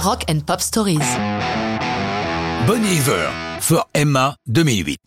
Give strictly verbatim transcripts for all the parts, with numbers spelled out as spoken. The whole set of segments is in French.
Rock and Pop Stories. Bon Iver, for Emma, deux mille huit.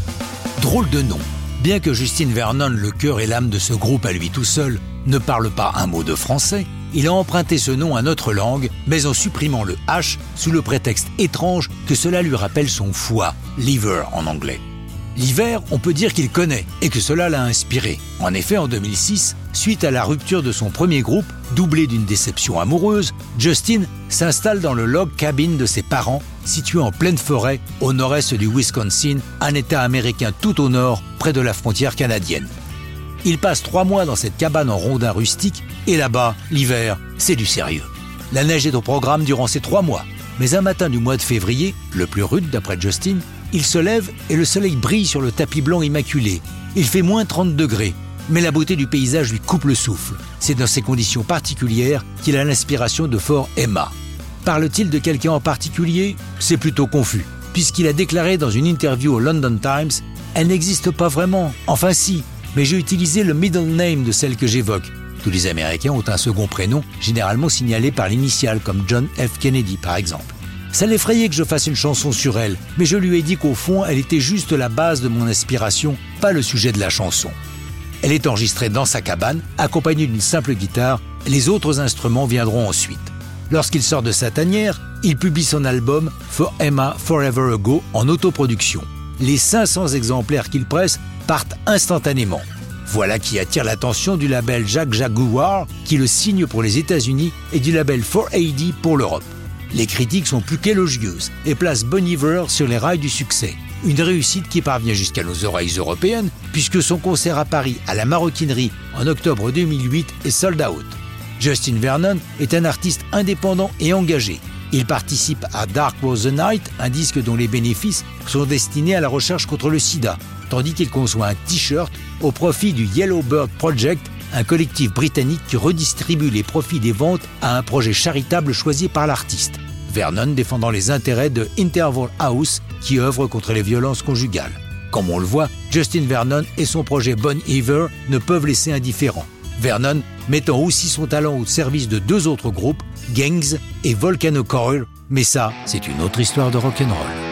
Drôle de nom. Bien que Justin Vernon, le cœur et l'âme de ce groupe à lui tout seul, ne parle pas un mot de français, il a emprunté ce nom à notre langue, mais en supprimant le H sous le prétexte étrange que cela lui rappelle son foie, liver en anglais. L'hiver, on peut dire qu'il connaît et que cela l'a inspiré. En effet, en deux mille six, suite à la rupture de son premier groupe, doublée d'une déception amoureuse, Justin s'installe dans le log cabin de ses parents, situé en pleine forêt, au nord-est du Wisconsin, un État américain tout au nord, près de la frontière canadienne. Il passe trois mois dans cette cabane en rondin rustique, et là-bas, l'hiver, c'est du sérieux. La neige est au programme durant ces trois mois, mais un matin du mois de février, le plus rude d'après Justin, il se lève et le soleil brille sur le tapis blanc immaculé. Il fait moins trente degrés, mais la beauté du paysage lui coupe le souffle. C'est dans ces conditions particulières qu'il a l'inspiration de Fort Emma. Parle-t-il de quelqu'un en particulier ? C'est plutôt confus, puisqu'il a déclaré dans une interview au London Times « Elle n'existe pas vraiment, enfin si, mais j'ai utilisé le middle name de celle que j'évoque. Tous les Américains ont un second prénom, généralement signalé par l'initiale, comme John F. Kennedy par exemple. Ça l'effrayait que je fasse une chanson sur elle, mais je lui ai dit qu'au fond, elle était juste la base de mon inspiration, pas le sujet de la chanson. Elle est enregistrée dans sa cabane, accompagnée d'une simple guitare, les autres instruments viendront ensuite. Lorsqu'il sort de sa tanière, il publie son album For Emma Forever Ago en autoproduction. Les cinq cents exemplaires qu'il presse partent instantanément. Voilà qui attire l'attention du label Jack Jaguar, qui le signe pour les États-Unis, et du label quatre A D pour l'Europe. Les critiques sont plus qu'élogieuses et placent Bon Iver sur les rails du succès. Une réussite qui parvient jusqu'à nos oreilles européennes, puisque son concert à Paris à la Maroquinerie en octobre deux mille huit est sold out. Justin Vernon est un artiste indépendant et engagé. Il participe à Dark Was the Night, un disque dont les bénéfices sont destinés à la recherche contre le sida, tandis qu'il conçoit un t-shirt au profit du Yellow Bird Project, un collectif britannique qui redistribue les profits des ventes à un projet charitable choisi par l'artiste. Vernon défendant les intérêts de Interval House qui œuvre contre les violences conjugales. Comme on le voit, Justin Vernon et son projet Bon Iver ne peuvent laisser indifférent. Vernon mettant aussi son talent au service de deux autres groupes, Gangs et Volcano Coil, mais ça, c'est une autre histoire de rock'n'roll.